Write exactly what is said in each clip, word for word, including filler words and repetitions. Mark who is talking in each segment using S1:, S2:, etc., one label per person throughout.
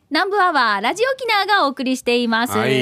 S1: 南部アワーラジオ沖縄がお送りしています、はい、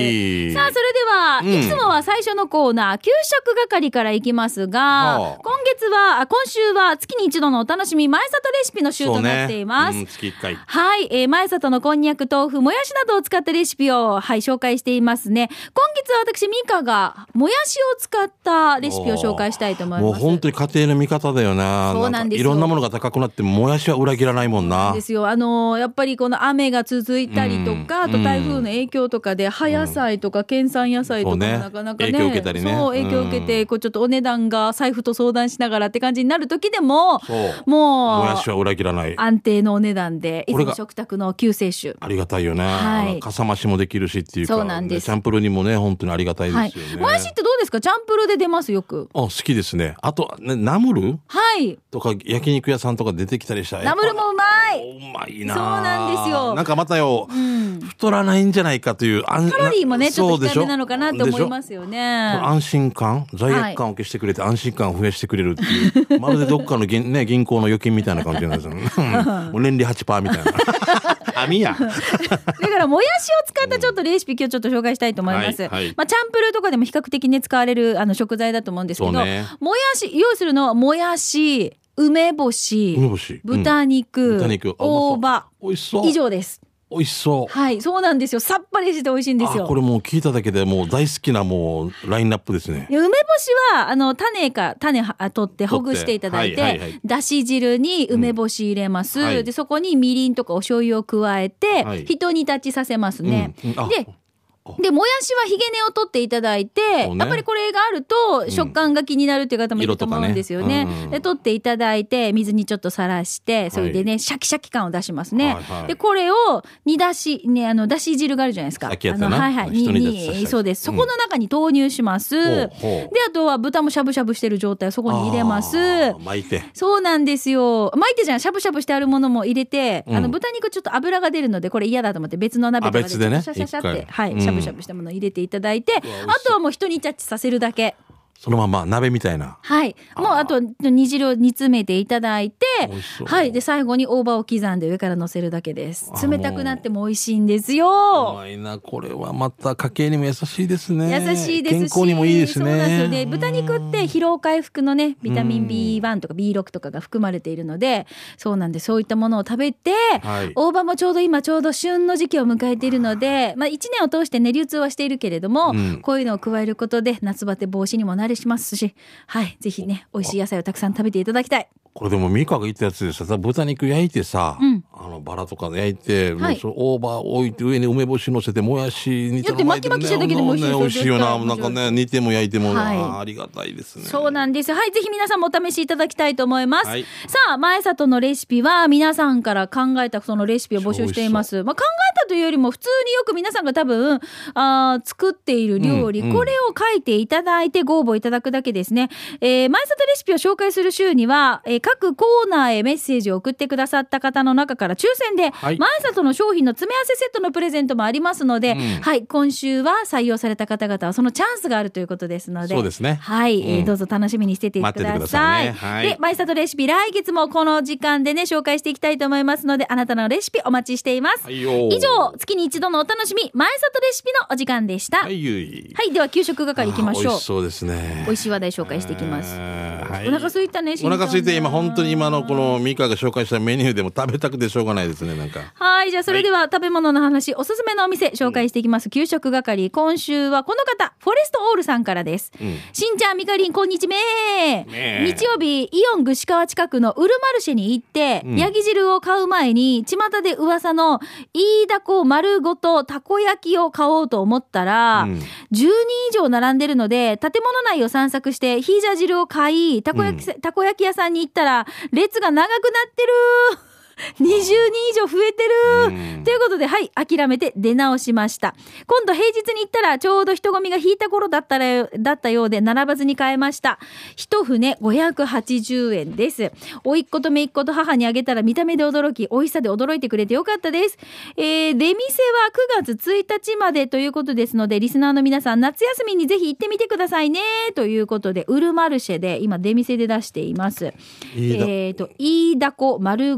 S1: さあそれでは、うん、いつもは最初のコーナー給食係からいきますが、はあ、今月は今週は月に一度のお楽しみ前里レシピの週となっています、
S2: ね、うん、月いっかい、
S1: はい、えー、前里のこんにゃく豆腐もやしなどを使ったレシピを、はい、紹介していますね。今月は私ミカがもやしを使ったレシピを紹介したいと思います。
S2: もう本当に家庭の味方だよな。
S1: そうなんですよ。
S2: いろんなものが高くなってももやしは裏切らないもんな。
S1: ですよ。あのー、やっぱりこの雨が続いたりとか、うん、あと台風の影響とかで葉野菜とか県産野菜とかもなかなかね、
S2: 影響受けたりね、
S1: そう影響受けて、こうちょっとお値段が財布と相談しながらって感じになる時でも、もう
S2: もやしは裏切らない
S1: 安定のお値段でいつも食卓の救世主
S2: ありがたいよね、
S1: はい、
S2: かさ増しもできるしっていうか、
S1: そうなんです。
S2: チャンプルにもね本当にありがたいですよね、はい、
S1: もやしってどうですか？チャンプルで出ますよく。
S2: あ、好きですね。あと、ね、ナムル、
S1: はい、
S2: とか焼肉屋さんとか出てきたりしたら
S1: ナムルもうまい。
S2: うまいな。
S1: そうなんですよ。
S2: なんかまたよ、
S1: うん、
S2: 太らないんじゃないかというカ
S1: ロリーもねちょっと低めなのかなと思いますよね。
S2: 安心感、罪悪感を消してくれて、はい、安心感を増やしてくれるっていうまるでどっかの銀、ね、銀行の預金みたいな感じなんですよねもう年利 はちパーセント みたいなあみやだから
S1: もやしを使ったちょっとレシピ今日ちょっと紹介したいと思います、はいはい、まあ、チャンプルーとかでも比較的ね使われるあの食材だと思うんですけど、ね、もやし用意するのはもやし、梅干し、
S2: 梅干し、
S1: 豚肉、
S2: うん、豚肉、
S1: 大葉、
S2: 美味しそう、
S1: 以上です。
S2: 美味しそう。
S1: はい、そうなんですよ。さっぱりして美味しいんですよ。
S2: あ、これもう聞いただけでもう大好きなもうラインナップですね。
S1: 梅干しはあの種か種取ってほぐしていただいて、はいはいはい、だし汁に梅干し入れます、うん、はい、でそこにみりんとかお醤油を加えて、はい、ひと煮立ちさせますね、うんうん、ででもやしはひげ根を取っていただいて、ね、やっぱりこれがあると食感が気になるっていう方もいると思うんですよね、うん、で取っていただいて水にちょっとさらしてそれでね、はい、シャキシャキ感を出しますね、はいはい、でこれを煮出し、ね、あのだし汁があるじゃないですか、
S2: さっきやったな、
S1: あの、はいはい、ににそうです、そこの中に投入します、うん、であとは豚もしゃぶしゃぶしてる状態をそこに入れます。
S2: 巻いて、
S1: そうなんですよ。巻いてじゃん、しゃぶしゃぶしてあるものも入れて、うん、あの豚肉ちょっと油が出るのでこれ嫌だと思って別の鍋とかでシャシャシャって、はい、うん、しゃぶしゃぶしたものを入れていただいて、あとはもう一煮立ちさせるだけ。
S2: そのまま鍋みたいな。
S1: はい。もうあと煮汁を煮詰めていただいて、はい。で最後に大葉を刻んで上から乗せるだけです。冷たくなっても美味しいんですよ。
S2: うまいな。これはまた家計にも優しいですね。
S1: 優しいですし、
S2: 健康にもいいですね。
S1: そうなんですよね。豚肉って疲労回復のねビタミン ビーワン とか ビーシックス とかが含まれているので、そうなんでそういったものを食べて、はい、大葉もちょうど今ちょうど旬の時期を迎えているので、まあいちねんを通してね流通はしているけれども、うん、こういうのを加えることで夏バテ防止にもなりしますし。はい、ぜひね美味しい野菜をたくさん食べていただきたい。
S2: これでもミカが言ったやつでさ、豚肉焼いてさ、うん、あのバラとか焼いて、はい、もうその大葉置いて上に梅干し乗せてもやし煮て
S1: も巻き巻きしただけでも美味しいですよ、
S2: ね、美味しいよな。なんかね煮ても焼いても、はい、あ, ありがたいですね。
S1: そうなんです。はい、ぜひ皆さんもお試しいただきたいと思います、はい、さあ前里のレシピは皆さんから考えたそのレシピを募集しています。まあ、考えたというよりも普通によく皆さんが多分あ作っている料理、うんうん、これを書いていただいてご応募いただくだけですね、えー、前里レシピを紹介する週には、えー、各コーナーへメッセージを送ってくださった方の中から抽選で、はい、前里の商品の詰め合わせセットのプレゼントもありますので、うん、はい、今週は採用された方々はそのチャンスがあるということですので、
S2: そうですね、
S1: はい、うん、えー、どうぞ楽しみにしててください。
S2: 待っててくださいね、はい、
S1: で前里レシピ来月もこの時間でね紹介していきたいと思いますのであなたのレシピお待ちしています、はい、以上月に一度のお楽しみ前里レシピのお時間でした。はい、はい、では給食係いきましょう。
S2: 美味しそうですね。
S1: 美味しい話題紹介していきます、はい、お腹空いたね。
S2: お腹空いて今本当に今のこのミカが紹介したメニューでも食べたくてしょうがないですね。なんか
S1: はい、じゃあそれでは食べ物の話、おすすめのお店紹介していきます、うん、給食係今週はこの方フォレストオールさんからです、うん、しんちゃんみかりんこんにちめー。日曜日イオン串川近くのウルマルシェに行って、うん、ヤギ汁を買う前に巷で噂のイイダコ丸ごとたこ焼きを買おうと思ったら、うん、じゅうにん以上並んでるので建物内を散策してヒージャ汁を買いたこ焼き、うん、たこ焼き屋さんに行ったら列が長くなってるにじゅうにん以上増えてるということで、はい、諦めて出直しました。今度平日に行ったらちょうど人混みが引いた頃だったらだったようで並ばずに買えました。一船ごひゃくはちじゅうえんです。おいっ子とめいっ子と母にあげたら見た目で驚き美味しさで驚いてくれてよかったです。えー、出店はくがつついたちまでということですのでリスナーの皆さん夏休みにぜひ行ってみてくださいねということでウルマルシェで今出店で出しています。えーとイイダコ丸ごと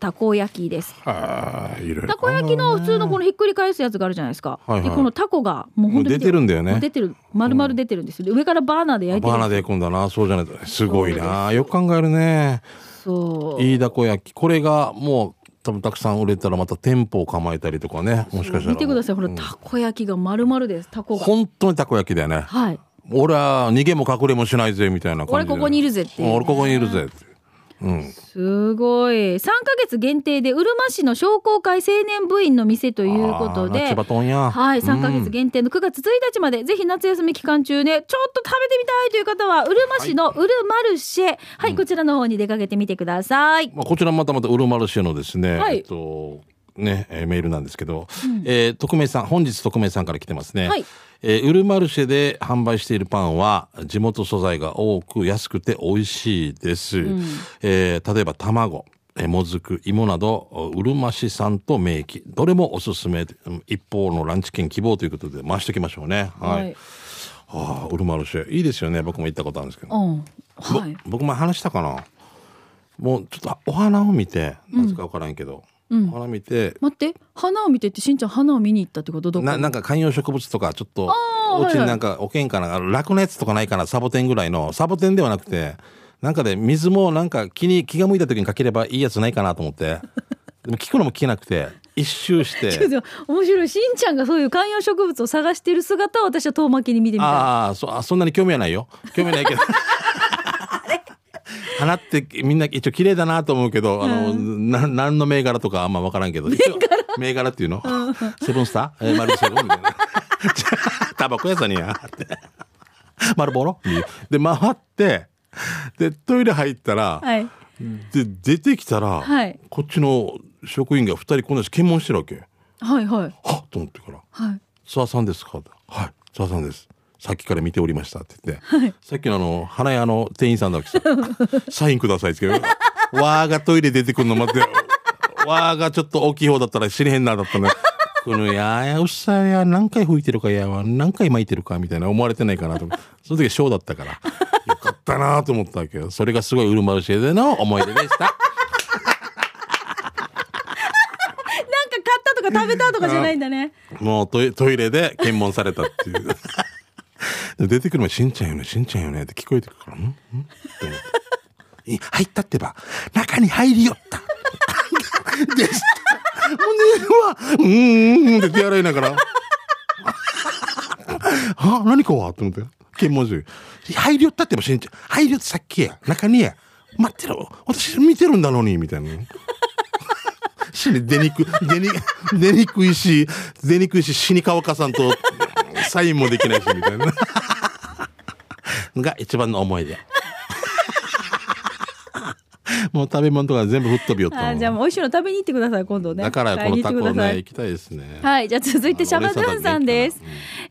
S1: たこ焼きです。
S2: はあ、いろいろ、ね、
S1: たこ焼きの普通のこのひっくり返すやつがあるじゃないですか、はいはい、でこのたこがもう本当に
S2: 出てるんだよね。
S1: 出てる、丸々出てるんですよ、うん、上からバーナーで焼いてる。
S2: バーナーで焼くんだな。そうじゃないとすごいな。よく考えるね。そういいたこ焼き、これがもう多分たくさん売れたらまた店舗を構えたりとかね。もしかしたら
S1: 見てください、ほら、うん、たこ焼きが丸々です。たこが
S2: 本当にたこ焼きだよね。
S1: はい。
S2: 俺は逃げも隠れもしないぜみたいな感じで、
S1: 俺ここにいるぜっていう、ね、
S2: 俺ここにいるぜって、うん、
S1: すごい。さんかげつ限定でうるま市の商工会青年部員の店ということで、はい、さんかげつ限定のくがつついたちまで、うん、ぜひ夏休み期間中ねちょっと食べてみたいという方はうるま市のうるマルシェ、はいはい、こちらの方に出かけてみてください、
S2: まあ、こちらまたまたうるマルシェのですね、はい、えっとねえー、メールなんですけど、うん、えー、匿名さん、本日匿名さんから来てますね、はい、えー、ウルマルシェで販売しているパンは地元素材が多く安くて美味しいです、うん、えー、例えば卵、もずく、芋などうるま市産と明記どれもおすすめ。一方のランチ券希望ということで回しておきましょうね。はい、はい、あ、ウルマルシェいいですよね。僕も行ったことあるんですけど、うん、はい、僕も話したかな。もうちょっとお花を見て何か分からんけど、うん、花見て、
S1: 待って、花を見てってしんちゃん花を見に行ったってこと？どこ？
S2: な、なんか観葉植物とかちょっとお家になんか置けんかな、楽なやつとかないかな。サボテンぐらいの、サボテンではなくてなんかで水もなんか気に気が向いた時にかければいいやつないかなと思ってでも聞くのも聞けなくて一周して
S1: 面白い。しんちゃんがそういう観葉植物を探している姿を私は遠巻きに見てみたい。
S2: ああ、そ、そんなに興味はないよ。興味ないけど花ってみんな一応綺麗だなと思うけど、あの、うん、な何の銘柄とかあんま分からんけど、銘柄銘柄っていうの、うん、セブンスター、えー、マルセブンみたいなタバコ屋さんにやってマルボロで回ってでトイレ入ったら、はい、で出てきたら、はい、こっちの職員がふたりこんなし検問してるわけ。
S1: はいはい。
S2: はっと思ってから、
S1: はい、
S2: 諏訪さんですか。はい、諏訪さんです。さっきから見ておりましたって言って、はい、さっきのあの花屋の店員さんだわけですよサインくださいって言ってわーがトイレ出てくるの待ってわーがちょっと大きい方だったら知れへんなだったねこのややうっさいや何回吹いてるかやは何回巻いてるかみたいな思われてないかなとその時ショーだったからよかったなと思ったわけど、それがすごいウルマルシェでの思い出でしたなんか
S1: 買ったとか食べたとかじゃないんだね。
S2: もうトイ、トイレで検問されたっていう出てくる前しんちゃんよねしんちゃんよねって聞こえてくるからんんって思って入ったってば中に入りよったでしたほんではうーんって手洗いながらあ何かはと思って検問中入りよったってばしんちゃん入りよったさっきや中にや待ってろ私見てるんだのにみたいな死に出にく出に出にくいし出にくいし死に川かさんとサインもできないしみたいなが一番の思い出もう食べ物とか全部吹っ飛びよった。
S1: あ、じゃあもう美味しいの食べに行ってください今度ね。
S2: だからこのタコね行きたいですね。
S1: はい、じゃあ続いてシャバドゥンさんです、うん、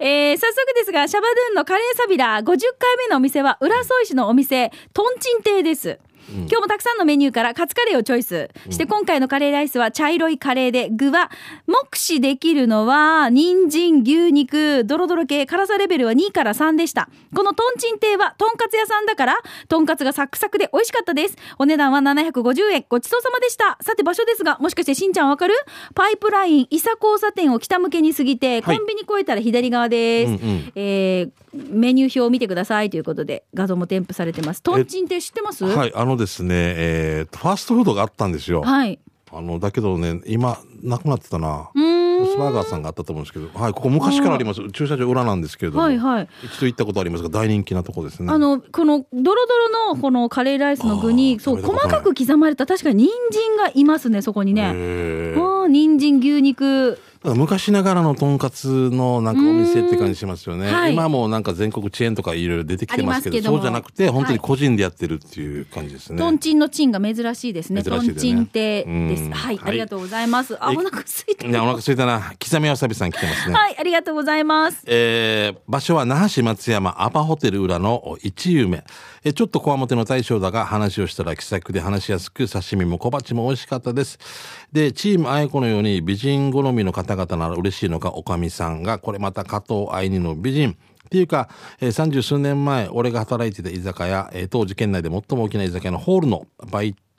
S1: えー、早速ですがシャバドゥンのカレーサビラごじゅっかいめのお店は浦添市のお店トンチン亭です。うん、今日もたくさんのメニューからカツカレーをチョイスして、今回のカレーライスは茶色いカレーで、具は目視できるのは人参、牛肉、ドロドロ系、辛さレベルはにからさんでした。このトンチン亭はとんかつ屋さんだからとんかつがサクサクで美味しかったです。お値段はななひゃくごじゅうえん。ごちそうさまでした。さて場所ですが、もしかしてしんちゃんわかる？パイプライン伊佐交差点を北向けに過ぎて、はい、コンビニ越えたら左側です、うんうん、えー、メニュー表を見てくださいということで画像も添付されてます。トンチン亭知ってます？
S2: はい、あのですね、えー、ファーストフードがあったんですよ。
S1: はい。
S2: あのだけどね今なくなってたな。うーんモスバーガーさんがあったと思うんですけど、はい、ここ昔からあります。駐車場裏なんですけれども、はいはい、一度行ったことありますが大人気なとこですね。
S1: あのこのドロドロのこのカレーライスの具にそう細かく刻まれた確かに人参がいますねそこにね。あ、人参、牛肉。
S2: 昔ながらのとんかつのなんかお店って感じしますよね、はい、今もなんか全国チェーンとかいろいろ出てきてますけど、そうじゃなくて本当に個人でやってるっていう感じですね。
S1: トンチンのチンが珍しいですね。
S2: 珍しいですね。
S1: トンチン亭です。はい、ありがとうございます。あ、お腹空いた。
S2: いやお腹空いたな。刻みわさびさん来てますね。
S1: はい、ありがとうございます。
S2: えー、場所は那覇市松山アパホテル裏の一有名。えちょっとこわもての大将だが話をしたら気さくで話しやすく、刺身も小鉢も美味しかったです。でチームあやこのように美人好みの方々なら嬉しいのか、おかみさんがこれまた加藤愛にの美人っていうか、えー、三十数年前俺が働いてた居酒屋、えー、当時県内で最も大きな居酒屋のホールのバイト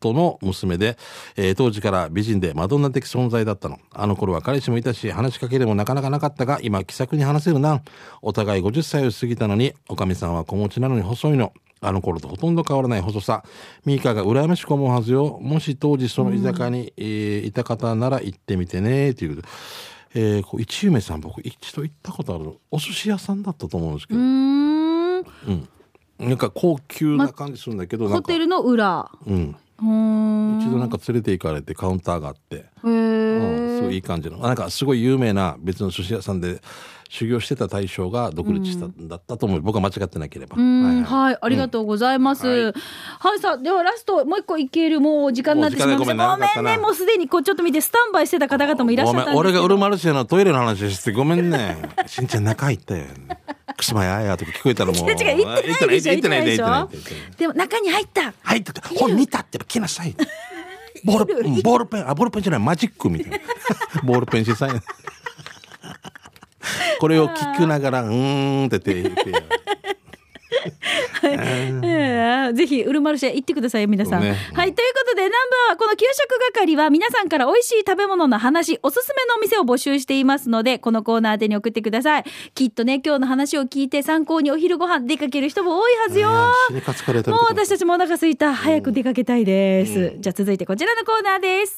S2: 夫の娘で、えー、当時から美人でマドンナ的存在だったの。あの頃は彼氏もいたし話しかけでもなかなかなかったが、今気さくに話せるな。お互いごじゅっさいを過ぎたのに、おかみさんは子持ちなのに細いの。あの頃とほとんど変わらない細さ。ミーカが羨ましく思うはずよ。もし当時その居酒屋に、うんえー、いた方なら行ってみてねという。えー、こう一夢さん、僕一度行ったことあるお寿司屋さんだったと思うんですけど、うーん、うん、なんか高級な感じするんだけど、ま、
S1: なんかホテルの裏、
S2: うん、うん一度なんか連れて行かれてカウンターがあって、へー、うん、すごいいい感じの、なんかすごい有名な別の寿司屋さんで修行してた大将が独立したんだったと思う、うん、僕は間違ってなければ、
S1: うんはい、はいはい、ありがとうございます、うん、はい、はい、さあではラストもう一個いける、もう時間になってしまいました。ごめんね、もうすでにこうちょっと見てスタンバイしてた方々もいらっしゃったんですけど、
S2: 俺がウルマルシェのトイレの話してごめんねしんちゃん中入ったよくすまややとか聞こえたらもう
S1: 違う違う言ってないでしょ、言ってないでしょ。でも中に入った
S2: 入った本見たって来なさいボールボールペンあボールペンじゃないマジックみたいなボールペンしさいこれを聞きながらうーんって言って
S1: ぜひウルマルシェ行ってください皆さん、ね、はい、ということでナンバーはこの給食係は皆さんから美味しい食べ物の話、おすすめのお店を募集していますので、このコーナー宛てに送ってください。きっとね今日の話を聞いて参考にお昼ご飯出かける人も多いはずよ。もう私たちもお腹空いた、早く出かけたいです、うん、じゃあ続いてこちらのコーナーです。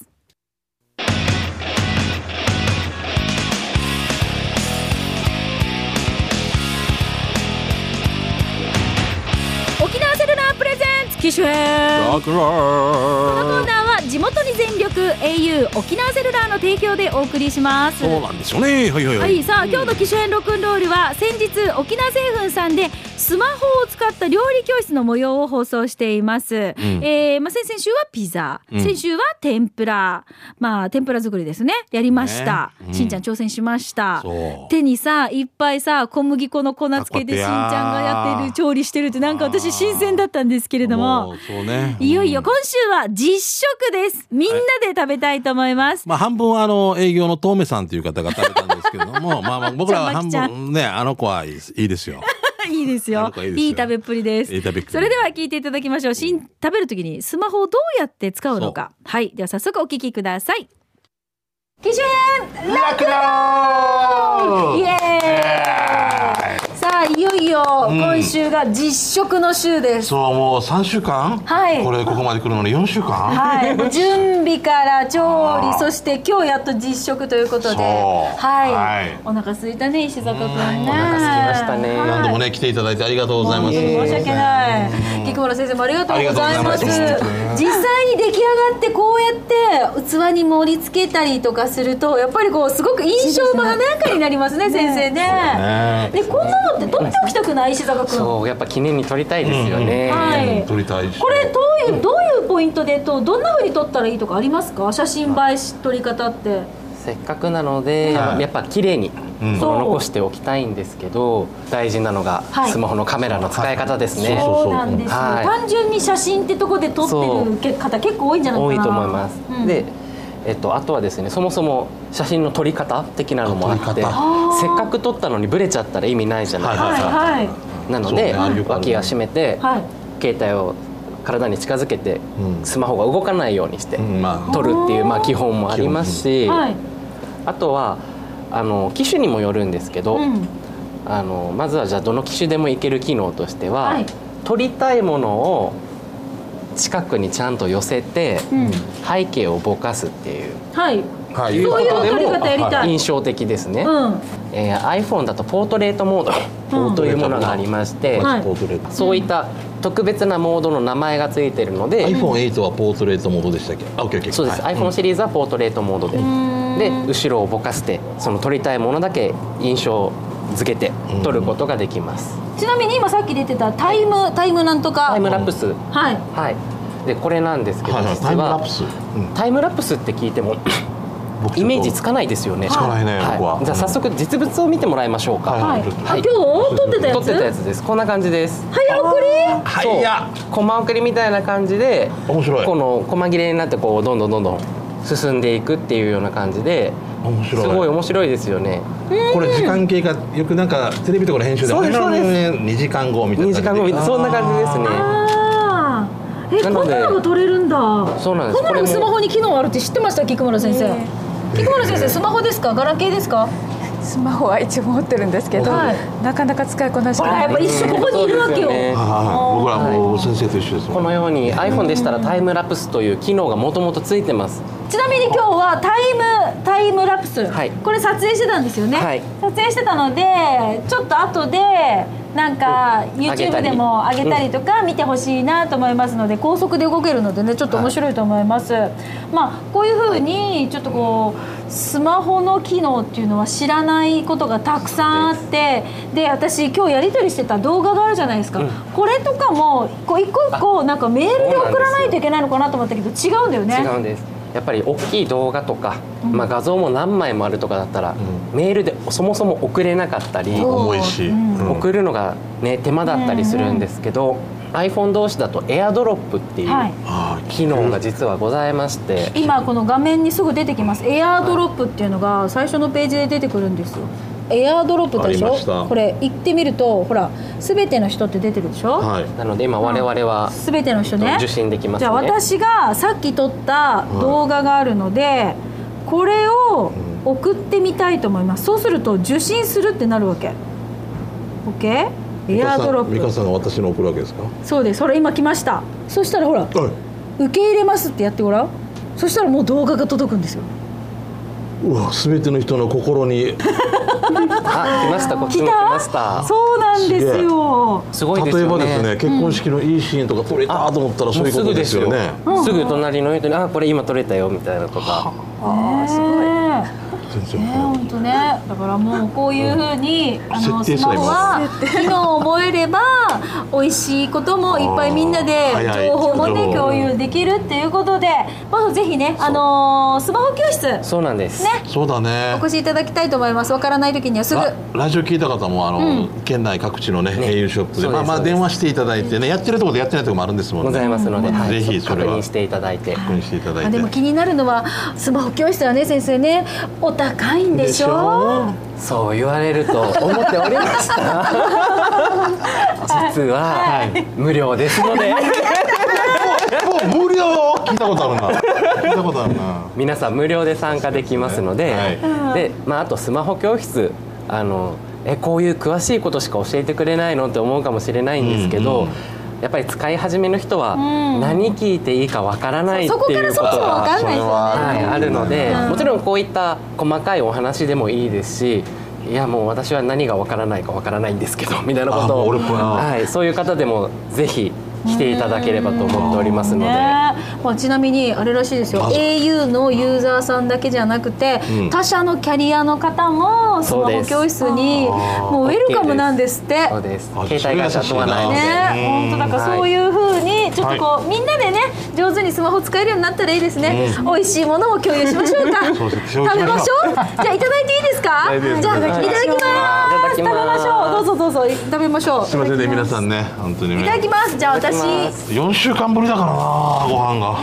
S1: 沖縄セルラープレゼンツ機種編。このコーナーは地元に全力 エーユー 沖縄セルラーの提供でお送りします。
S2: そうなんですよね。はいはいはい、はい、
S1: さあ今日の機種編ロックンロールは先日沖縄製粉さんでスマホを使った料理教室の模様を放送しています、うんえーまあ、先々週はピザ、うん、先週は天ぷら、まあ天ぷら作りですね、やりました、ねうん、しんちゃん挑戦しました。手にさいっぱいさ小麦粉の粉つけてしんちゃんがやってる調理してるって、なんか私新鮮だったんですけれども、
S2: そう、ねうん、
S1: いよいよ今週は実食です。みんなで食べたいと思います、
S2: はいまあ、半分はあの営業の遠目さんという方が食べたんですけれどもまあまあ僕らは半分ねあの子はいいです、いいですよ
S1: いいですよ。いいですよ。いい食べっぷりです。いい食べっぷり。それでは聞いていただきましょう。しん食べるときにスマホをどうやって使うのか。はい。では早速お聞きください。機種編ラクロイエーイ。さあいよいよ今週が実食の週です、うん、
S2: そうもうさんしゅうかん、はい、これここまで来るのによんしゅうかん、
S1: はい、準備から調理そして今日やっと実食ということで、はい、はい、お腹空いたね石坂君ね。
S3: お腹空きましたね、
S2: はい、何度もね来ていただいてありがとうございます。
S1: 申し訳ない。菊村先生もありがとうございます。実際に出来上がってこうやって器に盛り付けたりとかするとやっぱりこうすごく印象も華やかになりますね、先生ね。でこんなのって撮っておきたくない石坂君。
S3: そうやっぱ記念に撮りたいですよね、
S1: うんはい、
S2: 撮りたいし、
S1: これどういうどういうポイントでとどんな風に撮ったらいいとかありますか？写真映えし撮り方って。
S3: せっかくなので、はい、やっぱ綺麗に、うん、残しておきたいんですけど大事なのがスマホのカメラの使い方ですね、
S1: はい、そうなんですよ、はい、単純に写真ってとこで撮ってる方結構多いんじゃないかな。
S3: 多いと思います、うん、でえっと、あとはですねそもそも写真の撮り方的なのもあってせっかく撮ったのにブレちゃったら意味ないじゃないですか、はいはい、なので、ね、脇が締めて、はい、携帯を体に近づけて、うん、スマホが動かないようにして、うんまあ、撮るっていう、まあ、基本もありますし、はい、あとはあの機種にもよるんですけど、うん、あのまずはじゃあどの機種でもいける機能としては、はい、撮りたいものを近くにちゃんと寄せて、うん、背景をぼかすっていう、はいはい、いうことでも印象的ですね、うんえー、iPhone だとポートレートモードというものがありまして、はい、そういった特別なモードの名前がついているので、
S2: アイフォンエイト はポートレートモードでしたっけ？あ、オッケーオッケー。
S3: そうです、はい、iPhone シリーズはポートレートモードで、で後ろをぼかしてその撮りたいものだけ印象付けて撮ることができます。
S1: ちなみに今さっき出てたタイムタイムなんとか
S3: タイムラプス、
S1: はい
S3: はい、でこれなんですけど、はいはい、実はタイムラプス、うん、タイムラプスって聞いてもイメージつかないですよね。
S2: つかないね、
S3: はい、僕は。じゃあ早速実物を見てもらいましょうか。
S1: はい。はい、今日撮ってたやつ？
S3: 撮ってたやつです。こんな感じです。
S1: 早送り？
S3: はいや。コマ送りみたいな感じで、面白い。この細切れになってこうどんどんどんどん進んでいくっていうような感じで、面白い。すごい面白いですよね。
S2: これ時間経過よくなんかテレビとかの編集で、
S3: そうですそうです。
S2: にじかんごみたいな。
S3: にじかんごみたいなそんな感じですね。
S1: え、こんなのが撮れるんだ。
S3: そうなんです。
S1: こんなのスマホに機能あるって知ってました？菊村先生。菊村先生、スマホですか？ガラケーですか？
S4: スマホは一応持ってるんですけど、はい、なかなか使いこなしてない。
S1: やっぱ一緒ここにいるわけよ。
S2: ね、僕らもう先生と一緒です。
S3: このように iPhone でしたらタイムラプスという機能がもともとついてます。
S1: ちなみに今日はタイムタイムラプス、はい、これ撮影してたんですよね、はい、撮影してたのでちょっと後でなんか YouTube でも上げたりとか見てほしいなと思いますので、高速で動けるのでね、ちょっと面白いと思います、はい、まあこういうふうにちょっとこうスマホの機能っていうのは知らないことがたくさんあって、で私今日やり取りしてた動画があるじゃないですか、うん、これとかもこう一個一個なんかメールで送らないといけないのかなと思ったけど違うんだよね。
S3: 違うんです。やっぱり大きい動画とか、まあ、画像も何枚もあるとかだったら、うん、メールでそもそも送れなかったり、
S2: 重いし、うん、送
S3: るのが、ね、手間だったりするんですけど、うんうん、iPhone 同士だとエアドロップっていう機能が実はございまして、はい、
S1: 今この画面にすぐ出てきます。エアドロップっていうのが最初のページで出てくるんですよ。エアドロップでしょ。これ行ってみるとほら全ての人って出てるでしょ、はい、
S3: なので今我々は
S1: 全ての人ね
S3: 受信できますね。
S1: じゃあ私がさっき撮った動画があるので、はい、これを送ってみたいと思います。そうすると受信するってなるわけ。 OK？ エアドロップ。
S2: 美香さんが私の送るわけですか？
S1: そうです。それ今来ました。そしたらほら、はい、受け入れますってやってごらん。そしたらもう動画が届くんですよ。
S2: うわ、全ての人の心に
S3: あ、来ました。こっちも来ました。
S1: そうなんですよ。
S3: すごいですよね。
S2: 例えばですね、結婚式のいいシーンとか撮れたと思ったらそういうことですよね。
S3: すぐ隣の人にあ、これ今撮れたよみたいなとか。
S1: ああ、すごい。ね、本当ね。だからもうこういう風に、うん、あのスマホは機能を覚えれば美味しいこともいっぱいみんなで情報もね共有できるっていうことで、まずぜひね、あのー、スマホ教室
S3: そうなんですね。
S2: そうだね。
S1: お越しいただきたいと思います。わからない時にはすぐ。
S2: ラジオ聞いた方もあの、うん、県内各地のね エーユー ショップでまあまあ電話していただいてね、やってるところでやってないところもあるんですもんね。
S3: ございますので、はい、
S2: ぜひそれは
S3: 確認していただいて。
S2: 確認していただいて。
S1: でも気になるのはスマホ教室はね先生ねお高いんでしょ。
S3: そう言われると思っておりました実は、はい、無料ですのでも
S2: う無料聞いたことあるな聞いたことあるな
S3: 皆さん無料で参加できますので、はい、で、まあ、あとスマホ教室あのえこういう詳しいことしか教えてくれないのって思うかもしれないんですけど、うんうん、やっぱり使い始めの人は何聞いていいかわからないっていうことがあるので、もちろんこういった細かいお話でもいいですし、いやもう私は何がわからないかわからないんですけどみたいなことを、はい、そういう方でもぜひ来ていただければと思っておりますので、
S1: ね、まあ、ちなみにあれらしいですよ、 エーユー のユーザーさんだけじゃなくて、うん、他社のキャリアの方もスマホ教室にもうウェルカムなんですって。
S3: そうです。携帯会社問わないので、
S1: ね、本当だからそういう風にちょっとこう、はい、みんなでね上手にスマホ使えるようになったらいいですね、うん、美味しいものも共有しましょうか食べましょう。じゃあいただいていいですか。じゃあいただきます。食べましょう。どうぞどうぞ食べましょう。
S2: すいませんね皆さんね本当にね。
S1: いただきます。じゃあ私
S2: よんしゅうかんぶりだからなご飯が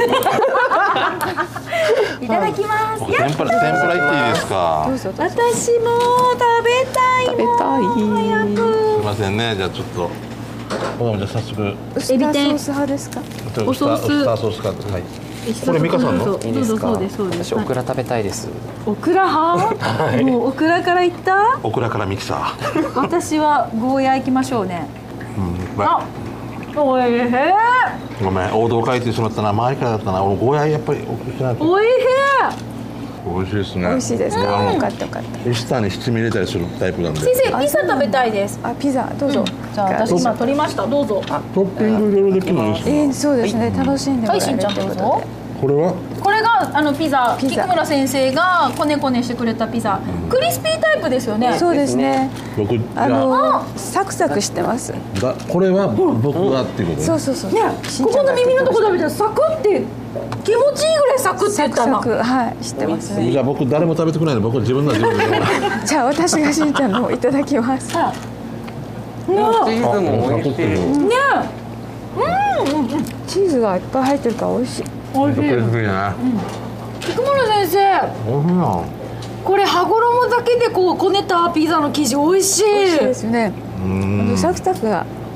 S1: いただきます。
S2: 天ぷら天ぷらいっていいですか。
S1: 私も食べたい
S3: 食べたい
S1: 早く。
S2: すいませんね。じゃあちょっとじゃあ早速
S4: ウスターソース派ですか。
S1: おソース
S2: ウスターソースか。はい。これ美香さんの
S3: いいですか。
S1: そうですそうです。
S3: 私オクラ食べたいです。
S1: オクラ派？はい、もうオクラからいった？
S2: オクラからミキサー。
S1: 私はゴーヤー行きましょうね。
S2: うん。あ、
S1: おいしい。
S2: ごめん王道書いてしまったな前からだったな。俺ゴーヤーやっぱり
S1: おいしい。
S2: 美味しいですね。
S4: 美味しいですか。よかったよかった。
S2: ミスターに七味入れたりするタイプなんで。
S1: 先生ピザ食べたいです。
S4: あピザどうぞ。
S1: じゃあ私今取りました。どうぞ。
S2: トッピングいろいろできるんですね。
S4: えー、そうですね。楽しんでもらえる。
S1: はいしんちゃんどうぞ。
S2: これは
S1: これがあのピザ、菊村先生がこねこねしてくれたピザ、うん、クリスピータイプですよね。
S4: そうですね。
S2: 僕
S4: あのサクサクしてます。
S2: だこれは僕がっていうことね。
S4: そうそうそう。
S1: ね、ここの耳のとこ食べたらサクって気持ちいいぐらいサクって言ったの。
S4: サクサクはいしてますね。
S2: じゃあ僕誰も食べてくれないので僕は自分の自分で。
S4: じゃあ私がしんちゃんのいただきます。
S3: チーズも美味しい。
S1: ね。
S4: うん。チーズがいっぱい入ってるから美味しい。
S1: 美味しい。
S2: ね。
S1: 菊村先生。
S2: 美味しいな。
S1: これ羽衣だけでこうこねたピザの生地美味しい。
S4: 美味しいですね。あのサクサクが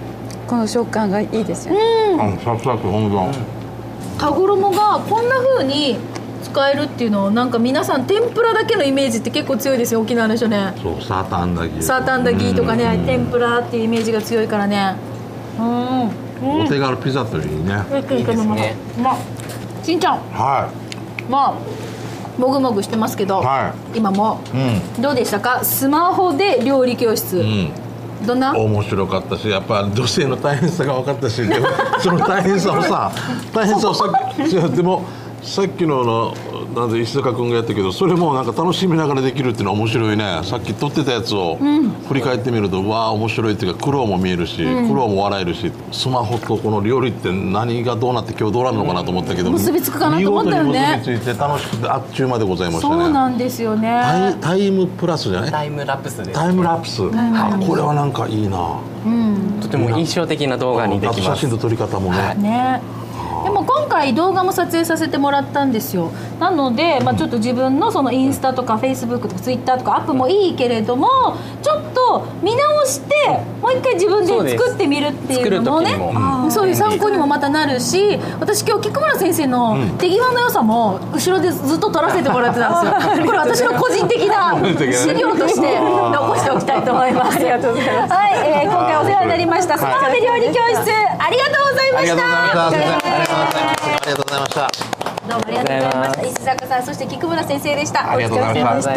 S4: この食感がいいですよね。
S1: うん
S2: あ、サクサク、ほんと。
S1: 羽衣がこんな風に使えるっていうのをなんか皆さん天ぷらだけのイメージって結構強いですよ、沖縄の人ね。
S2: そう、サーターアンダギー。
S1: サーターアンダギーとかね、天ぷらっていうイメージが強いからね。うん、
S2: お手軽ピザといいね。
S1: いいですね。まあ、しんちゃん、
S2: は
S1: まあもぐもぐしてますけど、
S2: は
S1: 今も、
S2: うん、
S1: どうでしたか、スマホで料理教室。うん、どんな？
S2: 面白かったし、やっぱ女性の大変さが分かったし、でもその大変さをさ、大変さをさでもさっきののなんで石坂君がやったけど、それもなんか楽しみながらできるっていうのは面白いね。さっき撮ってたやつを振り返ってみると、うん、わあ面白いっていうか、苦労も見えるし、うん、苦労も笑えるし、スマホとこの料理って何がどうなって今日どうなるのかなと思ったけど、
S1: 結びつくかなと思ったよね。
S2: 見事に結びついて楽しくてあっちゅうまでございましたね。
S1: そうなんですよね。
S2: タイ、タイムプラスじゃない？
S3: タイムラプスです。
S2: タイムラプス。あ、これはなんかいいな。
S3: うん、とても印象的な動画にできます。
S2: 写真と撮り方もね。
S1: はい、ね。でも今回動画も撮影させてもらったんですよ。なので、まあ、ちょっと自分のそのインスタとかフェイスブックとかツイッターとかアップもいいけれども、ちょっと見直してもう一回自分で作ってみるっていうのもね、そう、そういう参考にもまたなるし、私今日菊村先生の手際の良さも後ろでずっと撮らせてもらってたんですよ。これ私の個人的な資料として残しておきたいと思います。ありがとうございます。はい、えー、今回お世話になりましたスマホで料理教室、ありがとうございました。
S2: ありがとうございました。ありがとうございました。
S1: どうもありがとうございました。石坂さん、そして菊村先生でした。
S2: ありがとうございました。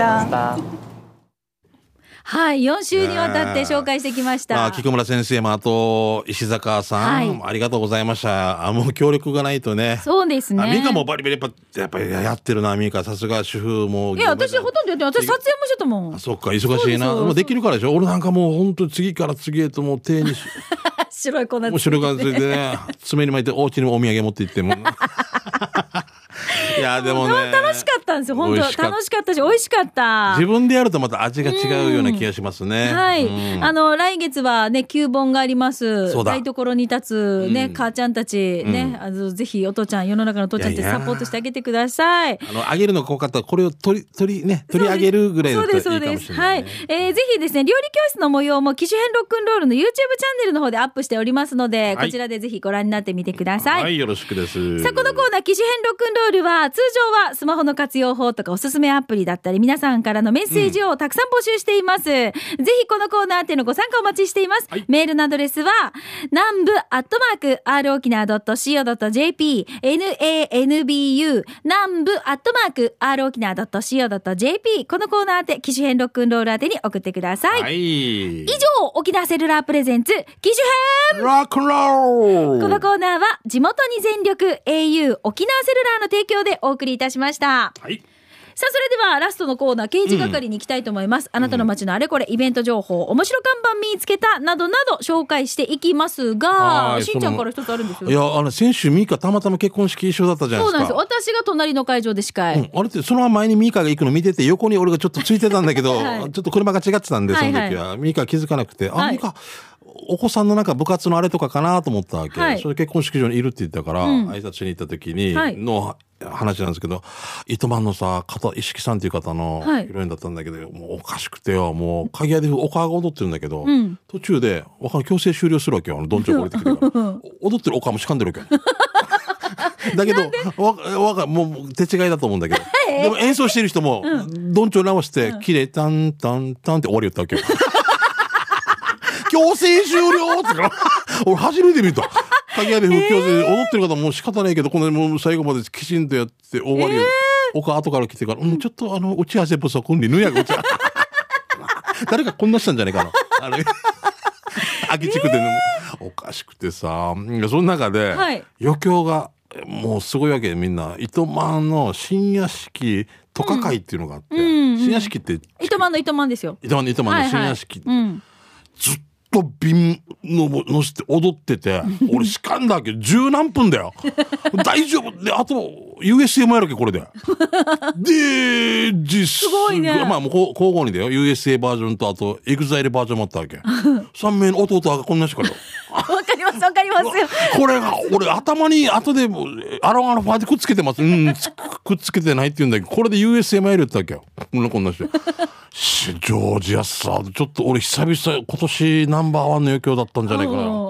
S1: はい、よん週にわたって紹介してきました。
S2: まあ、菊村先生もあと石坂さん、はい、ありがとうございました。あ、もう協力がないとね。
S1: そうですね。
S2: ミカもバリバリやっぱりやってるな。ミカさすが主婦も。
S1: いや、私ほとんどやって私撮影もしてたもん。
S2: あ、そっか、忙しいな。もうできるからでしょ。俺なんかもう本当次から次へともう手に
S1: 白い粉ついて、
S2: ね、白い粉ついてね、爪に巻いてお家にもお土産持って行ってもいやでもね、
S1: 楽しかったんですよ。本当楽しかったし美味しかった。
S2: 自分でやるとまた味が違うような気がしますね。
S1: はい、うん、あの来月はね旧本があります。台所に立つね、うん、母ちゃんたちね、うん、あのぜひお父ちゃん世の中のお父ちゃんってサポートしてあげてください。いやいや、
S2: あのあげるのが怖かったらこれを取り取りね取り上げるぐらいだったらいいかもしれない、ね。そうですそうです。はい、えー、ぜひですね料理教室の模様も機種編ロックンロールの YouTube チャンネルの方でアップしておりますので、はい、こちらでぜひご覧になってみてください。 はい、よろしくです。
S1: さあこのコーナー機種編ロックンロールは通常はスマホの活用法とかおすすめアプリだったり皆さんからのメッセージをたくさん募集しています、うん、ぜひこのコーナーでのご参加お待ちしています、はい、メールのアドレスは南部アットマーク アール 沖縄 ドット シーオー ドット ジェーピー ナンブ 南部アットマーク アール 沖縄 ドット シーオー ドット ジェーピー このコーナーで機種編ロックンロール宛てに送ってください、はい、以上沖縄セルラープレゼンツ機種編
S2: ロックンロール。
S1: このコーナーは地元に全力 エーユー 沖縄セルラーの提供でお送りいたしました。
S2: はい。
S1: さあそれではラストのコーナー刑事係に行きたいと思います、うん、あなたの街のあれこれイベント情報面白看板見つけたなどなど紹介していきますが、しんちゃんから一つあるんですよ。
S2: いやあの先週ミカたまたま結婚式一緒だったじゃないですか。
S1: そうなんですよ。私が隣の会場で司会、うん、
S2: あれってその前にミカが行くの見てて横に俺がちょっとついてたんだけど、はい、ちょっと車が違ってたんでその時は、はいはい、ミカ気づかなくて、あ、はい、ミカお子さんのなんか部活のあれとかかなと思ったわけ、はい、それ結婚式場にいるって言ったから、うん、挨拶しに行った時にの話なんですけど、糸満のさ片石木さんっていう方のヒロインだったんだけど、はい、もうおかしくてよ、もう鍵屋でお母が踊ってるんだけど、うん、途中でわかん強制終了するわけよ。あのどんちょが降りてきてから踊ってるお母もしかんでるわけだけどわわかもう手違いだと思うんだけどでも演奏してる人も、うん、どんちょ直して綺麗タンタンタンって終わりよったわけよ強制終了ってか俺初めて見た。鍵屋で復興で踊ってる方も仕方ないけど、このもう最後まできちんとやって終わりよ、えー、おか後から来てから、うん、ちょっとあの打ち合わせ不足にぬやが打ち合わせ誰かこんなしたんじゃないかなあれ空き地区で、ね、おかしくてさ、その中で、はい、余興がもうすごいわけで、みんな糸満の新屋敷とか会っていうのがあって、うんうんうん、新屋敷って
S1: 糸満の糸満ですよ。
S2: 糸満の糸満の新屋敷、はいはい、うん、ずっと瓶の乗せて踊ってて俺しかんだわけ十何分だよ大丈夫で、あと ユーエスエー もやるわけこれでで実
S1: すごいね、
S2: まあもう交互にだよ。 ユーエスエー バージョンとあと エグザイル バージョンもあったわけさん名の弟はこんなしかよ
S1: わかりますわかりますよ
S2: これが俺頭に後でアロンアルファでくっつけてます、うん、くっつけてないって言うんだけど、これで ユーエスエー もやるって言ったわけよ。こんな人ジョージアさちょっと俺久々今年ナンバーワンの余興だったんじゃないかな。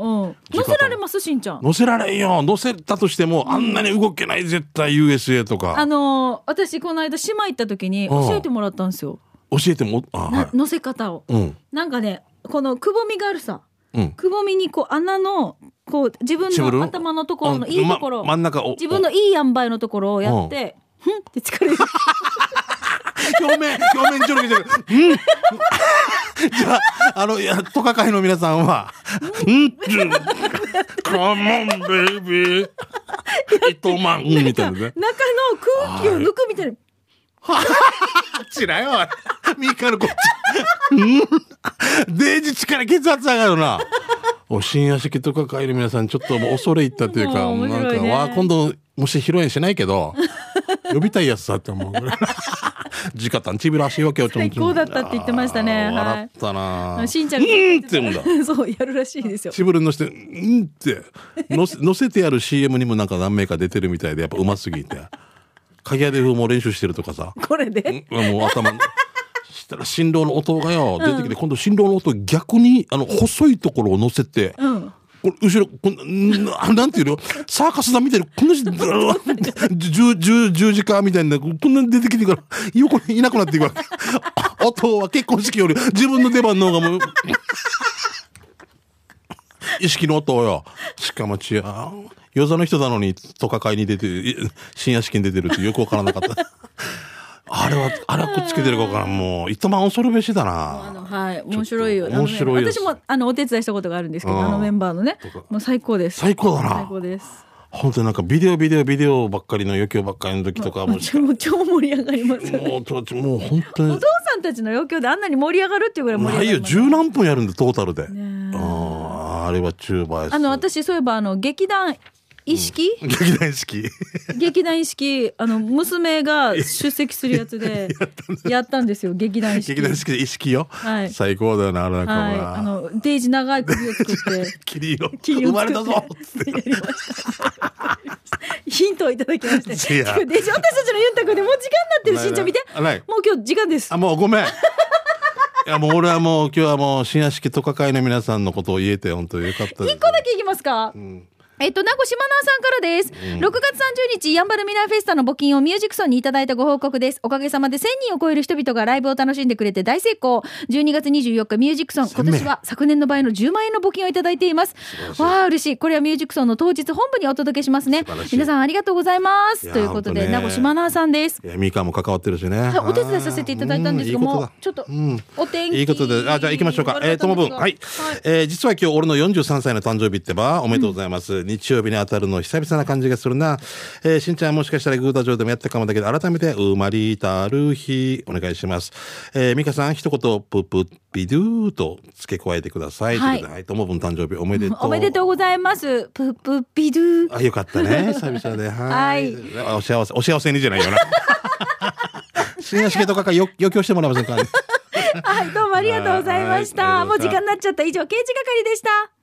S1: 乗せられますしんちゃん。
S2: 乗せられんよ。乗せたとしても、うん、あんなに動けない絶対 ユーエスエー とか。
S1: あのー、私この間島行った時に教えてもらったんですよ。
S2: 教えても、あ、はい、
S1: 乗せ方を、うん。なんかね、このくぼみがあるさ。うん、くぼみにこう穴のこう自分の頭のところのいいところ、
S2: ま、真ん中を
S1: 自分のいい塩梅のところをやって、ふんって力入れる。
S2: 表面表面ちょろけてる。うん。じゃああのいやトカカイの皆さんは、うんってカモンベイビー糸満みたいなね。
S1: 中の空気を抜くみたいな。
S2: ちらよ。ミカのこっち。うん。デージ力血圧上がるな。お新屋敷とか帰る皆さんちょっともう恐れ入ったというか、
S1: ね、
S2: なんかわ今度もし披露宴しないけど呼びたいやつさって思う。時間ちびらしいわけよ。
S1: 最高だったって言ってましたね。
S2: 笑ったな、
S1: はい、しんちゃん
S2: がうんって言うんだ。
S1: そうやるらしいですよ。
S2: しぶるのしてうんってのせ乗せてやる シーエム にもなんか何名か出てるみたいでやっぱうますぎて鍵屋で風も練習してるとかさ。
S1: これで
S2: もう頭したら振動の音がよ出てきて、うん、今度振動の音逆にあの細いところを乗せて、うん、これ後ろこん な, なんていうのサーカスだみたいなこんな十十字架みたいなこんなに出てきてから横にいなくなっていくわけ。音は結婚式より自分の出番の方がもう意識の音よ。しかも違う与座の人なのにとか会に出て深夜式に出てるってよくわからなかった。あれはあれはこっち来てるか分からん。もう糸満恐るべしだな。
S1: あのはい面白いよ。
S2: 面白いよ。
S1: 私もあのお手伝いしたことがあるんですけど、あのメンバーのねもう最高です。
S2: 最高だな。
S1: 最高です。
S2: 本当になんかビデオビデオビデオばっかりの余興ばっかりの時とかもう
S1: 超超盛り上がりますよね。
S2: もうもう本当に
S1: お父さんたちの余興であんなに盛り上がるっていうぐらい盛り上がります。
S2: ないよ十何分やるんだトータルで。ああれは中倍。
S1: あの私そういえばあの劇団意識、
S2: うん、劇団意識
S1: 劇団意識あの娘が出席するやつでやったんですよ。劇団意識
S2: 劇団意識で意識よ、はい、最高だよな。あれなんか、
S1: はい、あのデージ長い首を作って
S2: キリよ生まれたぞってやりま
S1: したヒントをいただきましてデージ私たちのユンタクでもう時間になってる。しんちゃん見てもう今日時間です。
S2: あもうごめんいやもう俺はもう今日はもう新屋敷とか会の皆さんのことを言えて本当によかったです。
S1: 一個だけいきますか、うんえっと、名護島奈さんからです、うん。ろくがつさんじゅうにち、やんばるミラーフェスタの募金をミュージックソンにいただいたご報告です。おかげさまでせんにんを超える人々がライブを楽しんでくれて大成功。じゅうにがつにじゅうよっか、ミュージックソン、今年は昨年の倍のじゅうまんえんの募金をいただいています。わあ、嬉しい。これはミュージックソンの当日本部にお届けしますね。皆さんありがとうございます。ということで、名護島奈さんです。
S2: いや、ミカも関わってるしね。
S1: お手伝いさせていただいたんですけども、ちょっと、うん、お天気。
S2: いいことで、あ、じゃあ行きましょうか。えー、ともぶん。はい。はい、えー、実は今日俺のよんじゅうさんさいの誕生日ってば、おめでとうございます。うん、日曜日に当たるの久々な感じがするな。えー、しんちゃんもしかしたらグータ上でもやったかもだけど、改めて生まれたる日お願いします。えー、ミカさん一言ププビドゥーと付け加えてください。はい。ともぶん誕生日おめでとう。
S1: おめでとうございます。ププビドゥー。
S2: あ、よかったね。久々で。はい。はい、お幸せ、お幸せにじゃないよな。新屋敷とかか余興してもらえませんかね。
S1: はい、どうもありがとうございました。もう時間になっちゃった。以上、刑事係でした。